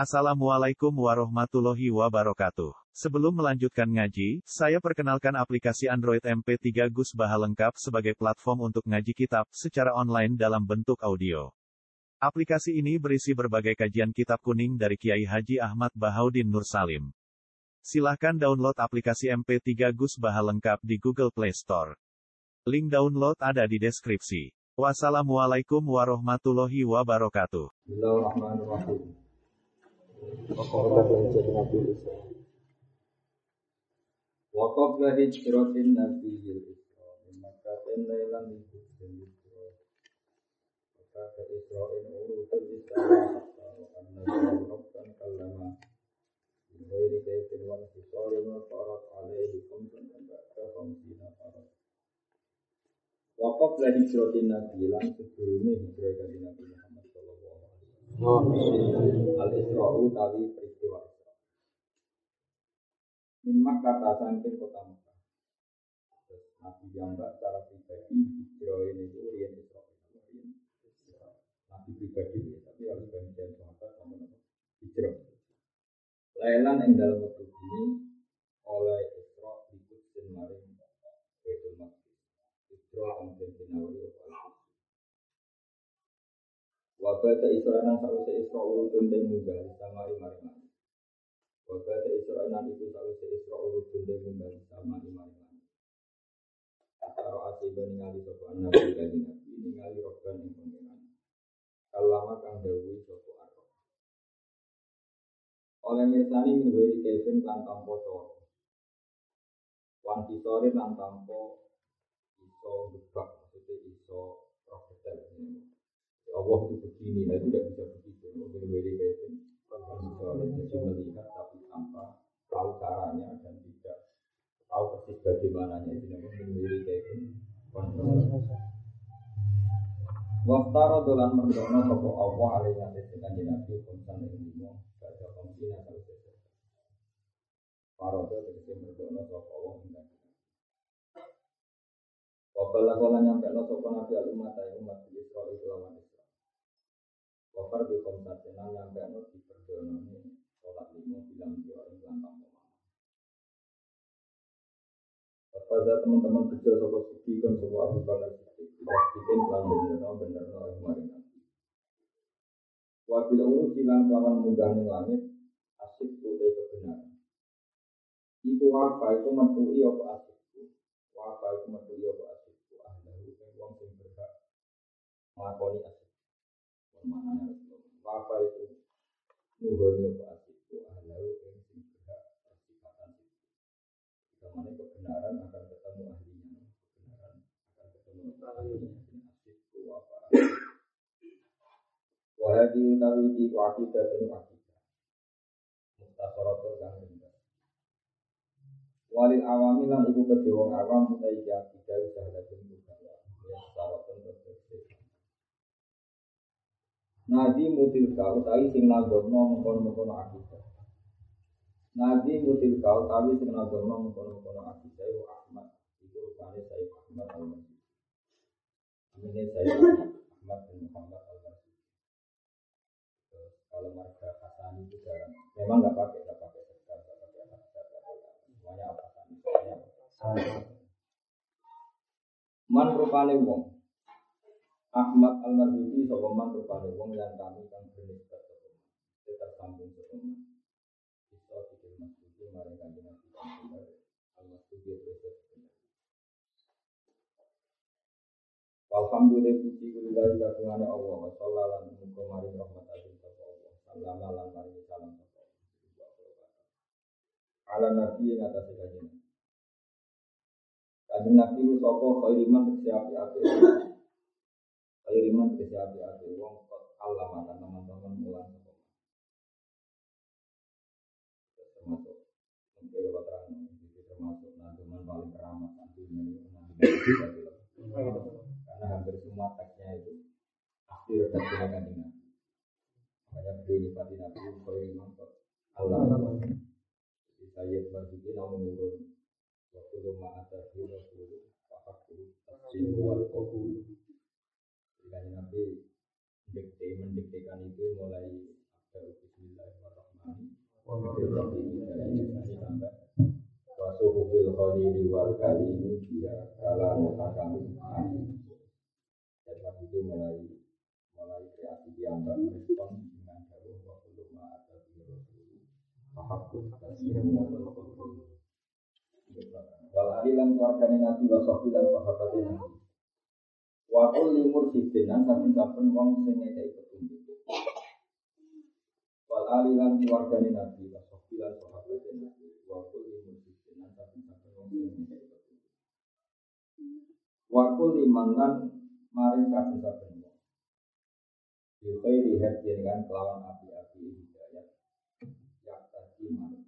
Assalamualaikum warahmatullahi wabarakatuh. Sebelum melanjutkan ngaji, saya perkenalkan aplikasi Android MP3 Gus Baha lengkap sebagai platform untuk ngaji kitab secara online dalam bentuk audio. Aplikasi ini berisi berbagai kajian kitab kuning dari Kiai Haji Ahmad Bahaudin Nur Salim. Silahkan download aplikasi MP3 Gus Baha lengkap di Google Play Store. Link download ada di deskripsi. Wassalamualaikum warahmatullahi wabarakatuh. Bismillahirrahmanirrahim. Wa qabla hijratin nabiyil isra min Makkah lailan min hujjatil isra wa kana isra'il urutul isra wa annahu rabban kallama min ghairi kayfin wa intisarin wa farat alaihi khamsan ba'da khamsina farat wa qabla hijratin nabiyil sebelumnya hijrah kanjeng Nabi Muhammad sallallahu alaihi wasallam al-Isra'u tawi peristiwa Isra min Makkah saking kota Makkah. Terus Nabi yang secara pribadi hijrah ini itu riyen Isra. Nabi pribadi tapi harus bagian sahabat sama hijrah. Lailan ing dalem wektu ini oleh Isra ikut maring Baitul Maqdis. Isra kang dinawari Wabata Isra nang sawise Isra urutun den munggah sama maring. Wabata Isra nang iku sawise Isra urutun den munggah sama maring. Ataro asiba ningali sapa nabi kanjeng Nabi ningali roban ing pengiran. Kalama kang dawuh sapa arep. Oleh mirsani minggu Kevin kan tampa coro. Wan kisore lan tampa iso gebak maksudnya iso profetel ini. Allah itu begini, nah itu tidak bisa begitu. Mungkin Kevin kisore jadi melihat tapi tanpa tahu caranya dan tidak tahu persis bagaimananya. Itu namanya mungkin Kevin. Waftara dolan merdono sapa Allah alaihi wasallam Nabi konsan ing limo baca komsina kalau sesuai. Parodo tegese merdono sapa Allah ing Nabi. Wabala kala nyampe no sapa Nabi umat Israil lawan Isra. Wafar di komsat nang nyampe no di perdonone salat limo bilang yo ing lan tampo. Pada teman-teman kecil sapa Siti kan sapa Abu Bakar bikin plan bener kemarin nanti. Wabila urus silang lawan munggah ning langit asik utai kebenaran. Iku wafa itu mentui apa asikku. Wafa itu mentui apa asikku. Ahlahu yang wong sing berhak nglakoni asik. Maknanya wafa itu nuhoni apa asikku. Ahlahu yang sing berhak asikatan. Bagaimana kebenaran akan ketemu ahlinya. Kebenaran akan ketemu ahlinya. Wahadi utawi di wakidah dan wakidah mustasaratun kang ringkas. Walil awami lan ibu kedewang awam utai wakidah usahadatun bukawa mustasaratun terkese. Nadi mutilka utai sing nadomno mengkono-mengkono akidah. Nadi mutilka utai sing nadomno mengkono-mengkono akidah iku Ahmad. Iku rupane Sayyid Ahmad al-Masih. Amine Sayyid Ahmad bin Muhammad al-Masih. Kalau marga Hasan itu jarang, memang nggak pakai semuanya apa Hasan. Man rupane wong Ahmad al-Marzuki sapa man rupane wong yang kami kang bernisbat sapa tersambung sapa man iso dikir Marzuki maring kanjeng Nabi Muhammad al-Marzuki terus bener. Alhamdulillah puji kulilah kagungane Allah wa sallallahu alaihi wa maring rahmatallahi Lama lan maring salam sapa. Ala nabi yang atas kajian. Kajian nabi itu sapa khairiman kesiapi-api. Khairiman kesiapi-api wong kok Allah makan teman-teman mulan sapa. Termasuk mungkin kalau terang termasuk nazuman paling keramat dunia karena hampir semua teksnya itu pasti redaksi kajian nabi. Banyak beliau nyipati Nabi Muhammad Mangkot Allah jadi saya berpikir namun urun waktu lama ada beliau dulu pakai dulu tasbih wal qabul dengan Nabi mendiktekan itu mulai ada Bismillahirrahmanirrahim sampai wasuhu fil khalili wal kalimi dia kala mutakami dan lagi mulai kreasi diambang respon dengan jauh waktu atau Mahakut wal alilan keluarganya Nabi wa sahbilan sahabatnya Nabi wakul limur sidinan saben-saben wong sing ngekei petunjuk wal alilan keluarganya Nabi wa sahbilan sahabatnya Nabi wakul limur sidinan saben-saben wong sing ngekei petunjuk wakul limanan maring saben-saben wong bilkhairi hadien kan kelawan api-api hidayat yang tadi manut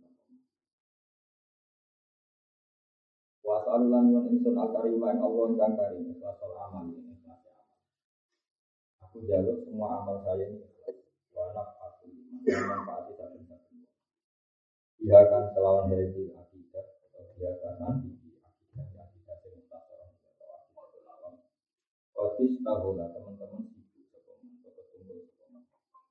wasalulan yon insun al-karimah yang Allah ingkang karim ikhlasal amal ikhlasal amal aku jaluk semua amal saya ini ikhlas wa naf'atul iman dan manfaati saben-saben dia akan kelawan dari akidah atau dia akan nanti akidah yang mutasarrah atau akidah awam otis tahulah teman-teman sibuk sekoman atau tunggu sekoman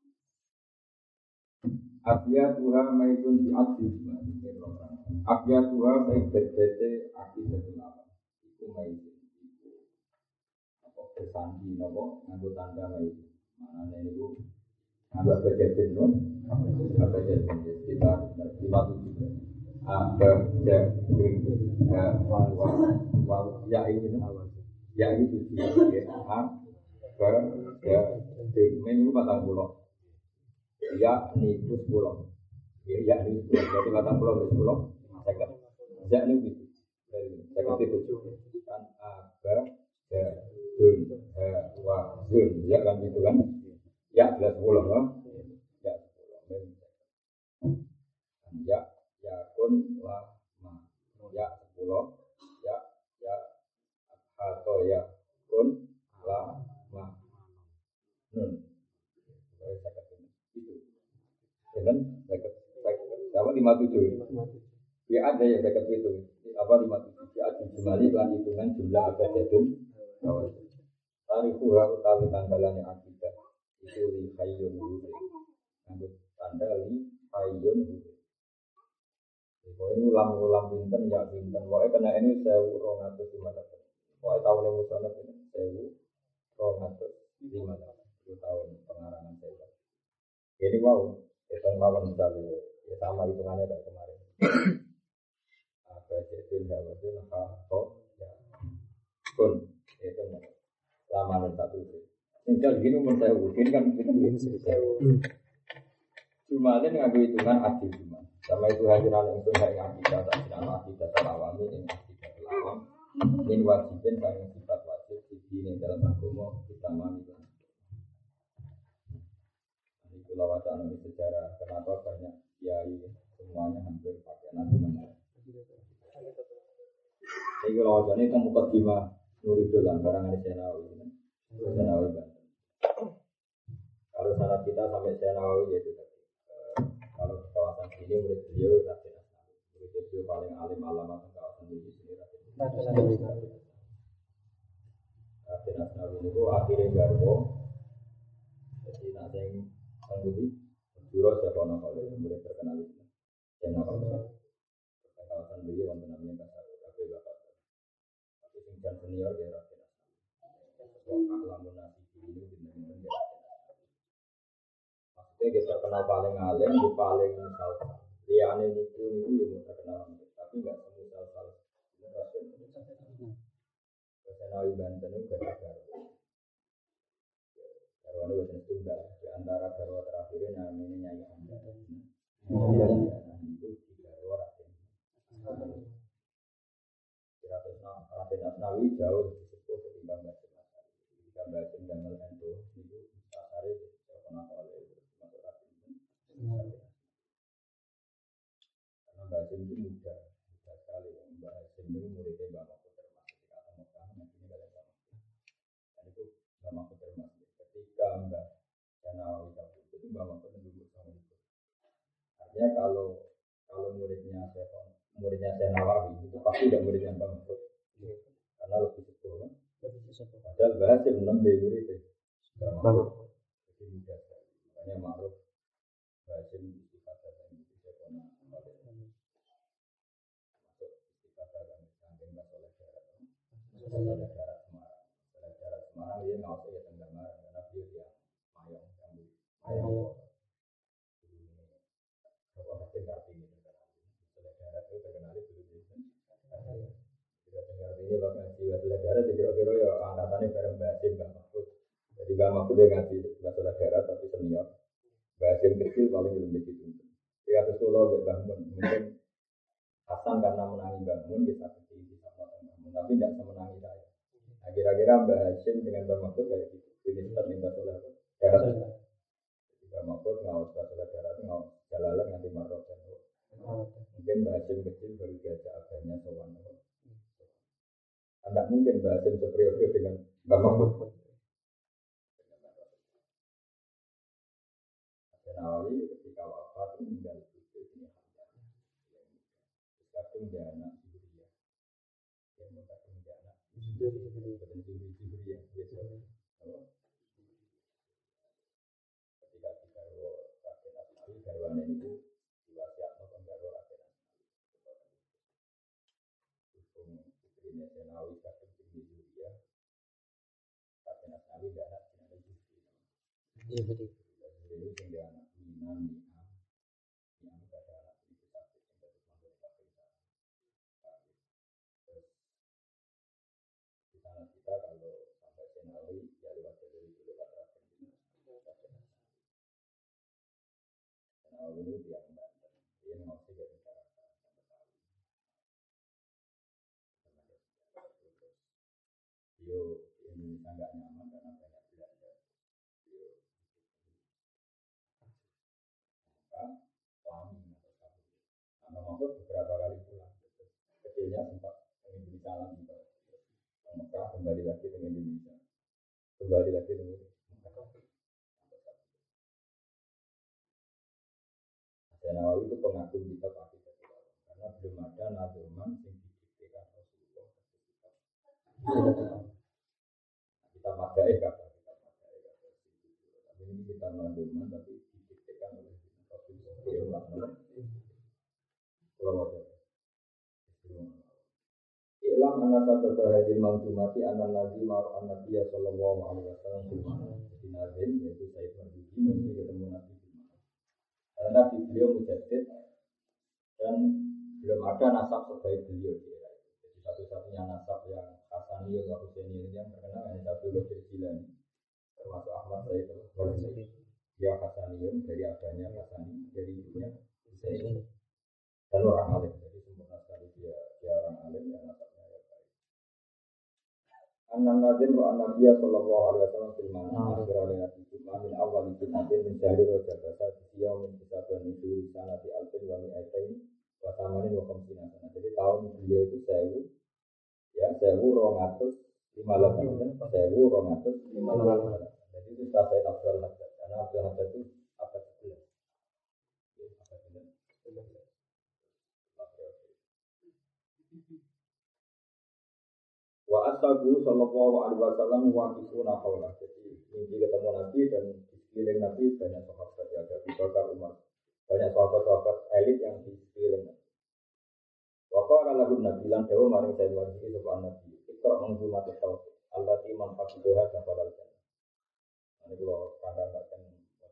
Abya Tuhan maizun di adil Abya Tuhan baik-baik akidah ulama itu maizun itu apa bersandi nopo nganggo tanda maizun maknanya itu nganggo bajajen non bajajen kita 57 Abya ya ini ya itu minggu patang pulau ya ni pulau ya ni berarti patang pulau second ya ni gitu second itu kan ada dun wa dun ya kan gitu kan ya 10 loh ya 10 ya ya kun la ma ya 10 ya atau ya kun la ma nun dengan apa 57 ya ada ya dekat itu apa 57 ya ada kembali lan hitungan jumlah apa jadun tarifu utawi tanggalannya akidah itu li hayyun huri nganggo tanda li hayyun huri ini ulam pinten ya pinten wae kena ini 1250 wae tahun yang musanad ini 1250 tahun pengarangan saya jadi wow itu mawon misalnya ya sama hitungannya kayak kemarin apa itu jawabnya apa ya kun itu lama satu tinggal gini umur saya mungkin kan kita begini cuma ada nggak hitungan adil cuma sama itu hadiran itu yang akidah tak tidak akidah terlawami yang akidah terlawam ini wajibin yang sifat wajib ini dalam agama kita mami Pulau Wacana ini sejarah kenapa banyak kiai semuanya hampir pakai nasi mentah. Jadi Pulau Wacana itu mukadimah Nuridul Barangan Senawi, Senawi Banten. Kalau sana kita sampai Senawi yaitu tadi. Kalau di kawasan sini murid beliau Raden Asnawi, murid beliau paling alim alamat di kawasan ini sini Raden Asnawi. Raden Asnawi itu akhirnya garwo, jadi nanti Anggudi, Juro Jakono kalau murid terkenal itu, saya nama kawasan beliau untuk namanya Kasar, tapi bapak, tapi tinggal senior dia Raden Asnawi. Lamun nasi ini benar-benar dia Raden Asnawi. Maksudnya dia terkenal paling alim, di paling salsa. Liane itu yang terkenal, tapi nggak semua salsa. Senawi Banten itu gak Garwane wis tunggal di antara garwa terakhir namanya Nyai Anda. Itu di garwa Raden. Raden Asnawi jauh lebih sepuh ketimbang Mbah Asnawi. Jika Mbah Asnawi itu pasare terkenal oleh masuk Raden. Karena Mbah Asnawi itu muda sekali. Mbah Asnawi itu muridnya Mbah Mahfud termasuk ketika Mekah nantinya kalian Mbah Mahfud. Dan itu Mbah Mahfud termasuk ketika Mbah Senawi kabur itu Mbah Mahfud dulu sama itu. Artinya kalau muridnya Senawi itu pasti tidak muridnya Mbah Mahfud karena lebih sepuh kan. Padahal Mbah Hasim lebih murid Mbah Mahfud jadi muda sekali. Makanya Ma'ruf Mbah Hasim itu kata itu Jakono masalah darat Semarang. Masalah darat Semarang dia nggak usah ya tenggelam karena beliau yang mayong yang mayong. Kalau hasil kartini terkenal, masalah darat itu terkenal itu dulu. Ini bahkan jiwa darat kira-kira ya angkatannya bareng Basim Mbak Mahfud. Jadi Mbak Mahfud dia ngaji masalah darat tapi senior. Basim kecil paling lebih gitu. Ya terus kalau bangun mungkin Hasan karena menangi bangun kita kecil bisa bangun, tapi tidak semenangi saya. Nah, kira-kira Mbak Hashim dengan Mbak Mahfud kayak gitu. Ini seperti masalah darat. Mbak Mahfud ngawas masalah darat ngawas jalalan nanti marot. Mungkin Mbak Hashim kecil baru diajak agaknya sowan. Tidak mungkin Mbak Hashim superior dengan Mbak Mahfud. Nawawi ketika wafat meninggal itu ini hanya kadung dia anak Syria yang kadung dia anak Syria biasa ketika digarwo Raden Asnawi garwane itu diwasiatno kan garwo Raden Asnawi hukum putrine Senawi kadung Syria Raden Asnawi dia anak jenenge Syria itu dia anak Niam pada anak itu satu yang dari Mandor terus di sana kita kalau sampai Senawi ya lewat dari dulu Raden Senawi itu yang Banten dia masih jadi karakter dia ini sangat nyaman karena banyak belajar dia lami atau satu karena Mahfud beberapa kali pulang kecilnya sempat Indonesia lagi Mekah kembali lagi ke Indonesia kembali lagi ke Nawawi itu pengagum kitab akidah karena belum ada nazuman yang didiktekan Rasulullah kita padai kata tapi ini kita nazuman tapi didiktekan oleh Rasulullah Ilam anak sabda hadil mangdumati anak nabi maru anak Nabiya sallallahu alaihi wasallam di nazim yaitu Sayyid Marzuki mesti ketemu Nabi karena Nabi beliau mujaddid dan belum ada nasab sebaik beliau jadi satu-satunya nasab yang Hasaniyah wa Husainiyah yang terkenal hanya satu Lutfi Jilani termasuk Ahmad Sayyid Al-Husaini dia Hasaniyah dari abahnya Hasani dari ibunya Husaini dan orang alim jadi sempurna sekali dia orang alim yang nasabnya ya baik An-Nazim wa An-Nabiya sallallahu alaihi wasallam fil mana akhirah Nabi min awal Jumatin min syahri Rajab dia min kisaban itu sanati alfin wa mi'atain wa samanin wa khamsina sana. Jadi tahun beliau itu 1000 ya 1258 1258. Jadi itu setelah saya Abdul Haddad karena Abdul Haddad itu abad 11. Wa ashabu sallallahu alaihi wasallam waqifuna qawla. Jadi mimpi ketemu Nabi dan di sekeliling Nabi banyak sahabat yang ada Abu Bakar Umar. Banyak sahabat-sahabat elit yang di sekeliling Nabi. Wa qala lahu Nabi lan dawu maring Sayyid Marzuki sapa Nabi. Ikra mangzumat tauhid. Allati man hafizaha kafal jannah. Ini kalau katakan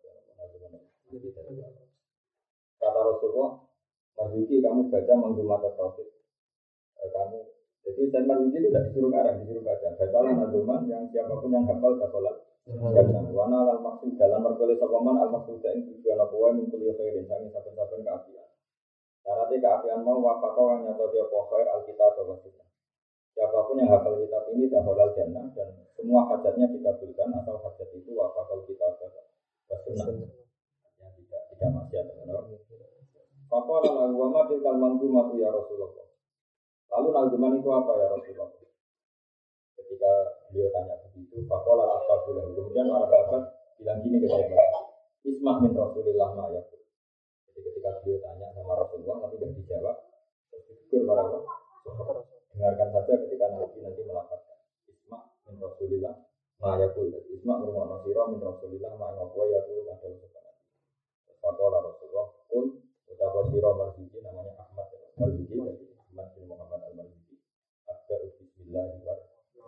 kata Rasulullah Marzuki kamu baca mangzumat tauhid. Kamu jadi Sayyid Marzuki itu tidak disuruh karang, disuruh baca. Bacalah nazuman yang siapapun yang hafal kafalat dan wana al maksud dalam perkara sokoman al maksud yang tujuan apa yang mengkuliah khairin sangi saben-saben keapian. Syaratnya keapian mau wafakau yang nyata dia khair alkitab bahwa kita. Siapapun yang hafal kitab ini dah halal jannah dan semua hajatnya dikabulkan atau hajat itu wafakau kitab bahwa sunnah. Yang tidak maksiat. Fakal lalu wa ma tilkal mangdumatu ya Rasulullah. Lalu nazuman itu apa ya Rasulullah? Ketika beliau tanya begitu, fakola ashabullah. Kemudian para sahabat bilang gini ke saya, Ismah min Rasulillah ma'ayat. Jadi ketika beliau tanya sama Rasulullah, tapi tidak dijawab, terus ditegur para sahabat. Dengarkan saja ketika nanti melafazkan Ismah min Rasulillah ma'ayat. Ismah rumah Nasirah min Rasulillah ma'ayat. Yaqulu kadal sepanjang. Fakola Rasulullah, pun ucapkan Sirah Marzuki namanya Ahmad Marzuki. Ahmad bin Muhammad Al-Marzuki. Bismillahirrahmanirrahim.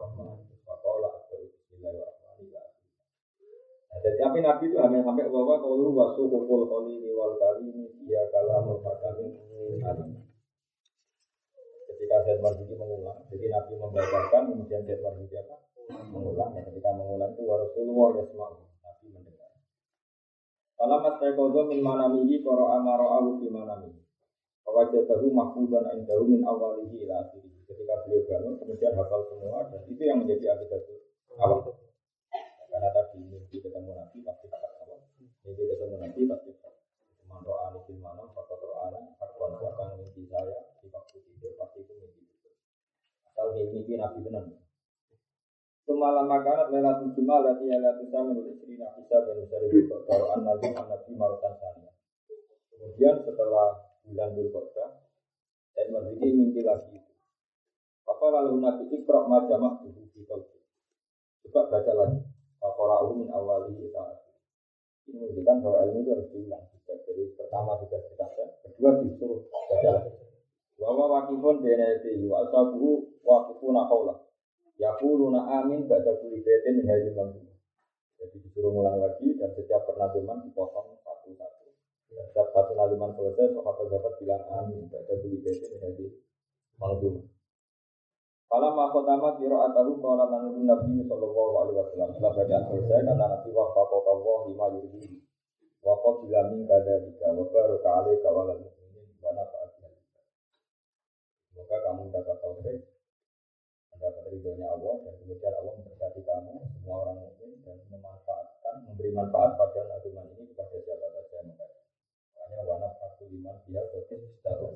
qauluhu wa suhuful khalili wal kalimi ya kalamul hakamin alim. Ketika Said Marzuki mengulang, jadi Nabi membacakan, kemudian Said Marzuki apa? Mengulang. Ya, ketika mengulang itu wa Rasulullah yasma'u, Nabi mendengar. Alamat taqadha min manamihi qara'a ma ra'ahu fi manamihi. Wajadahu mahfudzan indahu min awalihi ila akhirih. Ketika beliau bangun, kemudian hafal semua, dan itu yang menjadi akidah awal. Karena tadi mimpi ketemu Nabi pasti kata awal. Mimpi ketemu Nabi pasti kata. Man ro'ani fil manam, fakot ro'ani, hakwan siapa mimpi saya di waktu tidur, pasti itu mimpi itu. Asal mimpi Nabi tenang. Semalam makanan lelatul jumal lati lelatul sama menurut istri Nabi dan mencari berikut dakwaan Nabi Marutan Sania. Kemudian setelah bulan Dzulqa'dah, dan Marzuki mimpi lagi itu. Apa lalu Nabi Iqra' majamak dulu di qalbi. Coba baca lagi. Faqara'u min awalihi ta'ala. Ini menunjukkan bahwa ilmu itu harus diulang. Jadi pertama sudah dibaca, kedua disuruh baca lagi. Wa waqifun baina yadayhi wa ashabuhu waqifuna qawla. Yaquluna amin ba'da kulli baitin min hadhil manzum. Jadi disuruh ulang lagi dan setiap penazuman dipotong satu-satu. Dan setiap satu nazuman selesai, sahabat-sahabat bilang amin ba'da kulli baitin min hadhil manzum. Fala ma qadama qira'atahu qala Nabi sallallahu alaihi wasallam. Setelah bacaan selesai kata Nabi waqaqallahu lima yurihi. Wa qabila min kadzalika wa baraka alaika wa lil mu'minin wa nafa'aka. Semoga kamu dapat taufik, mendapat ridhonya Allah dan kemudian Allah memberkati kamu semua orang mukmin dan memberi manfaat pada nazuman ini kepada siapa saja yang mau. Makanya wa nafa'aka liman biha wa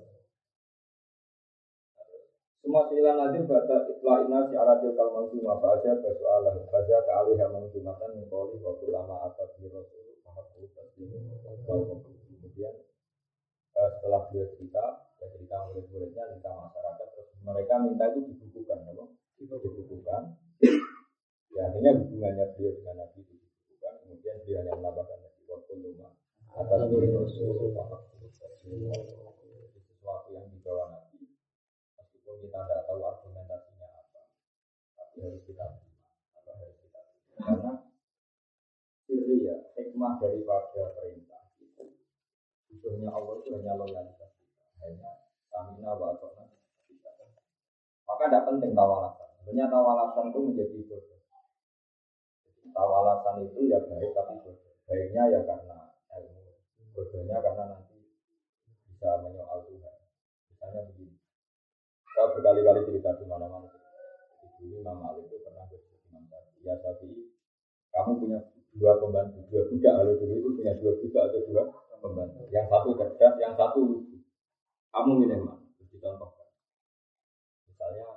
semua silan nazim baca itla'ina si'aratil kalmanzumah ba'aja basu'alah baca ka'alihah manzumatan min qawli wa kulama atabhi rasul mahabu taslimu kemudian setelah beliau cerita murid-muridnya, cerita masyarakat terus mereka minta itu dibukukan dibukukan ya akhirnya hubungannya beliau dengan Nabi itu dibukukan kemudian beliau hanya menambahkan Nabi wa kulama atabhi rasul mahabu taslimu sesuatu yang dibawa Nabi kita tidak tahu argumentasinya apa, tapi harus kita terima. Karena siri ya, hikmah daripada perintah itu, usulnya Allah itu hanya loyalitas kita, hanya stamina wa kita. Maka tidak penting tawalasan. Sebenarnya tawalasan itu menjadi bodoh. Tawalasan itu ya baik tapi bodoh. Baiknya ya karena ilmu, bodohnya karena nanti bisa menyoal Tuhan. Misalnya begini. Saya berkali-kali cerita di mana-mana. Dulu Imam Malik itu pernah bercerita Imam Syafi'i. Ya Syafi'i, kamu punya dua pembantu, dua budak. Kalau dulu itu punya dua budak atau dua pembantu. Yang satu cerdas, yang satu lucu. Kamu milih mana? Terus dicontohkan. Misalnya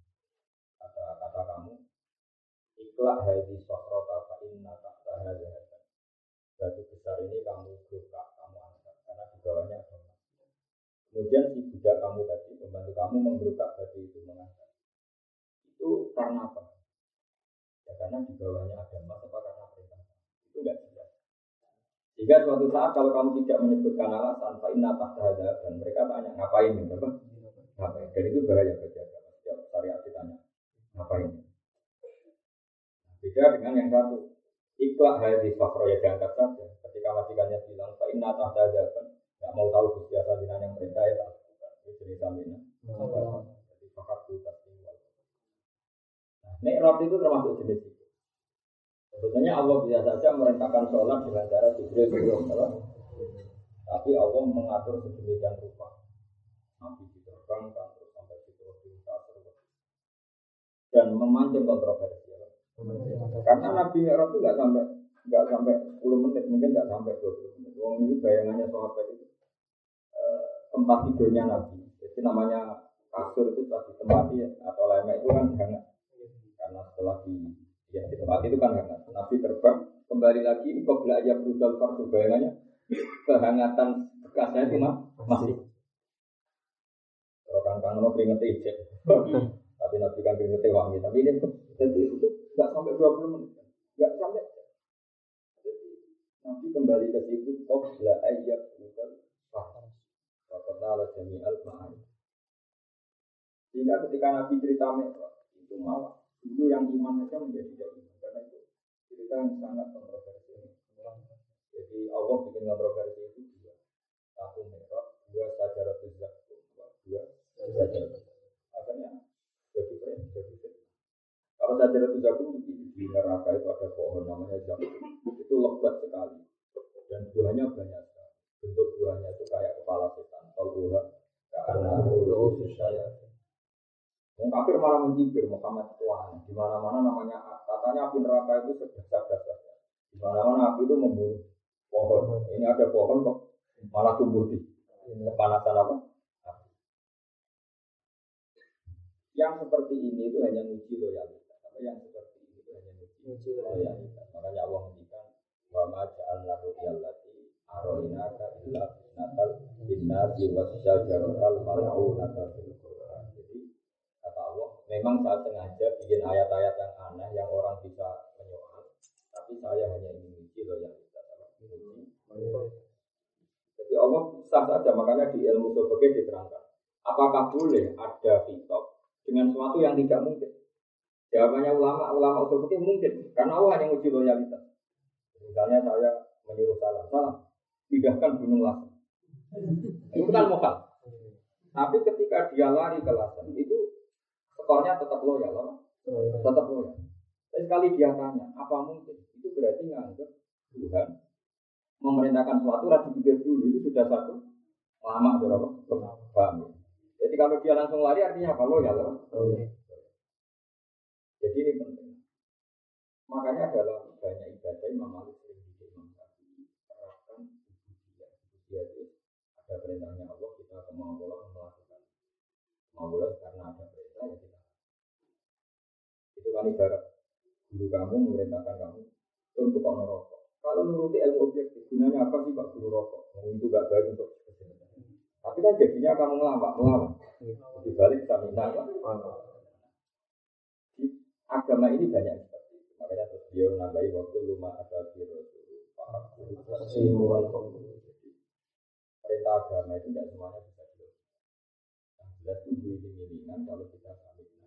kata kamu, ikhlas hadis sokhrota fa inna tahta hadza. Batu besar ini kamu buka, kamu angkat karena di bawahnya ada. Kemudian si budak kamu tadi, pembantu kamu menggerukak batu itu mengangkat. Itu karena apa? Ya karena di bawahnya ada emas apa karena perintah. Itu enggak jelas. Sehingga suatu saat kalau kamu tidak menyebutkan alasan, fa'inna tahta dan mereka tanya ngapain gitu apa? Ngapain? Dan itu bahaya bagi agama. Setiap syariat ditanya ngapain? Beda dengan yang satu. Ikhlas hadis fakro ya diangkat saja. Ketika majikannya bilang fa'inna tahta nggak mau tahu biasa dengan yang perintah ya tak lakukan. Itu jenis amina. Jadi fakar itu tak tinggal. Nah, mi'raj itu termasuk jenis itu. Sebetulnya Allah bisa saja merintahkan sholat dengan cara Jibril, tapi Allah mengatur sedemikian rupa. Nabi diterbangkan terus sampai Sidratul dan memancing kontroversi. Karena Nabi Mi'raj itu nggak sampai 10 menit, mungkin nggak sampai 20 menit. Wong itu bayangannya sahabat itu tempat tidurnya Nabi. Jadi namanya kasur itu setelah ditempati atau lemek itu kan hangat. Karena setelah di tempat itu kan hangat. Nabi terbang kembali lagi qabla ayat brudal fardu bayangannya kehangatan bekasnya itu masih. Kalau kan mau keringet ijek. Tapi Nabi kan keringet wangi. Tapi ini jadi itu nggak sampai 20 menit. Nggak sampai. Jadi Nabi kembali ke situ qabla ayat brudal fardu. Waqala jami'al ma'ani. Sehingga ketika Nabi cerita Mi'raj itu malah dulu yang iman saja menjadi tidak iman karena itu cerita yang sangat kontroversial. Jadi Allah bikin kontroversi itu dua. Satu merah, dua sajaratul zakum, dua sajaratul. Akhirnya jadi kalau sajaratul zakum di neraka itu ada pohon namanya zakum. Itu lebat sekali dan buahnya banyak sekali. Bentuk buahnya itu kayak kepala setan. Kalau buah karena dulu saya. Yang kafir malah mencibir Muhammad Tuhan. Di mana-mana namanya katanya api neraka itu sebesar-besarnya. Di mana-mana api itu membunuh pohon. Ini ada pohon kok malah tumbuh di kepanasan apa? Yang seperti ini itu hanya uji loyalitas. Tapi yang seperti ini itu hanya uji loyalitas. Makanya Allah menghentikan wa ma ja'alna ru'yallati aroinaka illa natal binnasi wasyajaratal mal'unata fil Qur'an. Jadi kata Allah, memang saya sengaja bikin ayat-ayat yang aneh yang orang bisa menyoal. Tapi saya hanya ingin uji loyalitas. Jadi Allah sah saja, makanya di ilmu Sobekai diterangkan. Apakah boleh ada kitab dengan sesuatu yang tidak mungkin? Jawabannya ulama Sobekai mungkin, karena Allah hanya uji loyalitas. Misalnya saya menyuruh salam, pindahkan gunung Lasen. Itu kan mokal. Tapi ketika dia lari ke Lasen, itu skornya tetap loyal, tetap loyal. Tapi sekali dia tanya, apa mungkin? Itu berarti nganggap Tuhan memerintahkan sesuatu, harus dipikir dulu, itu sudah satu lama berapa? Paham. Jadi kalau dia langsung lari artinya apa? Loyal. Jadi ini penting. Makanya dalam banyak ibadah Imam Malik sering Imam Syafi'i terapkan ubudiyah itu ada perintahnya Allah, kita kemauan melakukan kemauan karena ada perintah ya kita. Itu kan ibarat guru kamu memerintahkan kamu untuk kau rokok. Kalau nuruti ilmu objektif gunanya apa sih Pak guru rokok? Itu gak baik untuk kesehatan. Tapi kan jadinya kamu melawan. Dibalik stamina kan. Di agama ini banyak seperti itu. Makanya terus beliau nambahi waktu luma ada biro dulu. Perintah agama itu tidak semuanya bisa dilakukan. Yang jelas itu iling-ilingan kalau kita stamina.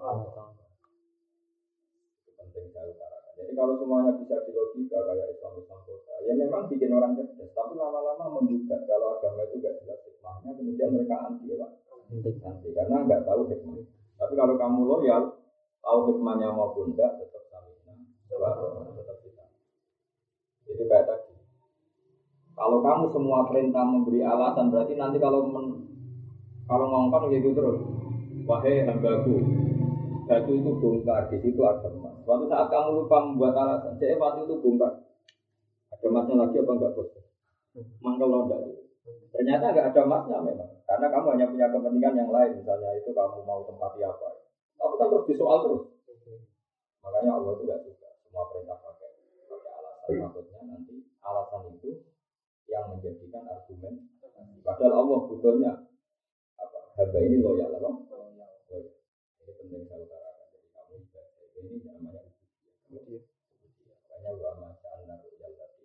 Itu penting saya utarakan. Jadi kalau semuanya bisa dilogika kayak Islam kota, ya memang bikin orang cerdas. Tapi lama-lama menggugat kalau agama itu tidak jelas hikmahnya, kemudian mereka anti ya Pak. Anti karena nggak tahu hikmah. Tapi kalau kamu loyal, tahu hikmahnya maupun tidak, tetap stamina, tetap kita. Itu kayak tadi. Kalau kamu semua perintah memberi alasan, berarti nanti kalau ngomong gitu terus, wahai hambaku, batu itu bongkar, di situ ada emas. Suatu saat kamu lupa membuat alasan, jadi batu itu bongkar. Ada emasnya lagi apa enggak bos? Mangkel londak. Ternyata enggak ada emasnya memang, karena kamu hanya punya kepentingan yang lain. Misalnya itu kamu mau tempati apa? Tapi kan terus disoal terus. Makanya Allah itu enggak suka semua perintah pakai alasan. Takutnya nanti alasan itu yang menjadikan argumen. Padahal Allah butuhnya apa? Hamba ini loyal apa? Ini penting saya utarakan. Jadi kamu ini namanya ubudiyah. Makanya ulama ja'alna ru'yal lati.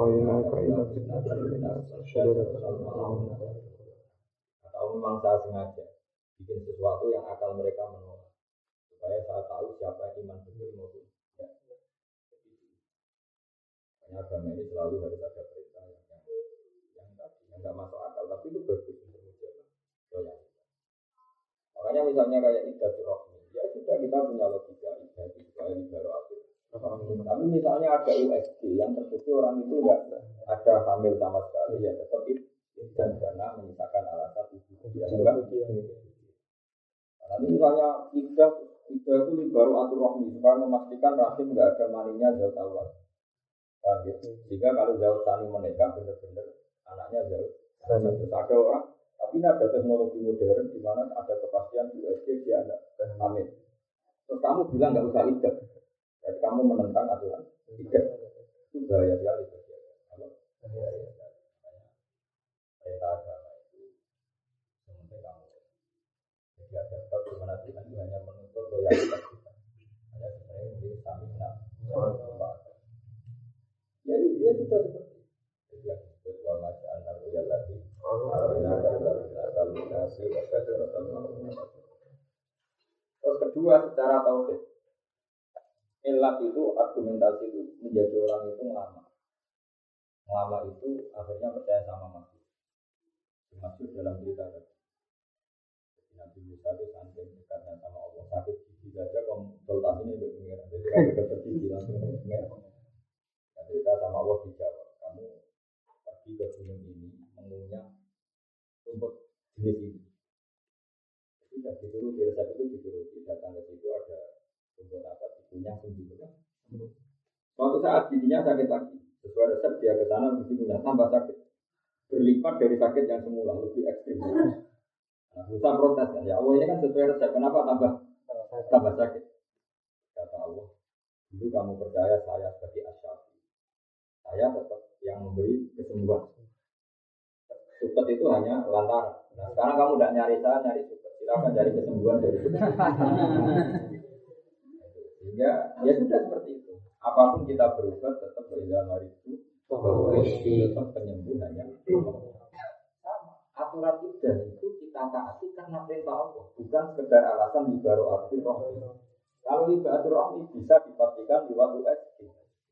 Atau memang saya sengaja bikin sesuatu yang akal mereka menolak supaya saya tahu siapa yang iman betul maupun tidak. Makanya agama ini selalu harus ada perintah yang tadi yang nggak masuk akal, tapi itu bagus untuk menjawab. Makanya misalnya kayak ibadah rohmi, ya sudah kita punya logika ibadah supaya baru akhir. Tapi misalnya ada USG yang terbukti orang itu nggak ada hamil sama sekali, ya tetap dan karena menyisakan alasan itu. Ya enggak. Nanti misalnya ibadah itu baru atur rohmi supaya memastikan rahim nggak ada maninya zat awal. Jika kalau jauh tani menikah benar-benar anaknya jauh. Terus ada orang, tapi ini ada teknologi modern di mana ada kepastian USG dia ada hamil. Terus kamu bilang nggak usah idah, jadi kamu menentang aturan idah. Itu bahaya sekali. Perintah agama itu sementing kamu. Jadi ada sebab di mana Tuhan itu hanya menuntut loyalitas kita. Hanya sebenarnya menjadi stamina. Ya sudah seperti itu. Jadi yang disebut wa ma ja'alna ru'yal lati aroinaka illa binatal minasi wa syajaratal mal'unah. Terus kedua secara tauhid. Ilat itu argumentasi itu menjadi orang itu lama. Lama itu akhirnya percaya sama Masih. Masuk dalam cerita tadi. Nabi Musa itu saking dekatnya sama Allah, sakit gigi saja konsultasinya untuk pengiran. Jadi kalau dokter gigi langsung pengiran. Nah, cerita sama Allah dijawab, kamu pergi ke gunung ini mengunyah rumput jenis ini. Jadi tidak disuruh di resep itu disuruh datang ke situ ada rumput apa dikunyah sendiri kan. Suatu saat giginya sakit lagi, sesuai resep dia ke sana dikunyah tambah sakit, berlipat dari sakit yang semula lebih ekstrim. Nah, Musa protes kan, ya Allah ini kan sesuai resep, kenapa tambah sakit? Kata Allah, dulu kamu percaya saya sebagai asyafi, saya tetap yang memberi kesembuhan. Supet itu hanya lantaran. Nah, sekarang kamu tidak nyari saya, nyari supet. Silakan cari kesembuhan dari supet. Sehingga ya sudah seperti itu. Apapun kita berubah tetap berilham hari itu bahwa tetap penyembuhannya. Sama. Aturan ibadah itu kita taati karena perintah Allah, bukan sekedar alasan ibarat roh. Kalau ibarat roh bisa dipastikan di waktu SD.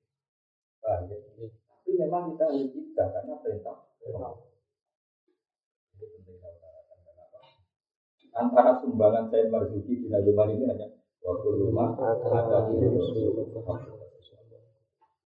Tapi memang kita harus ibadah karena perintah Allah. Antara sumbangan Said Marzuki di Najuman ini hanya waktu rumah ada di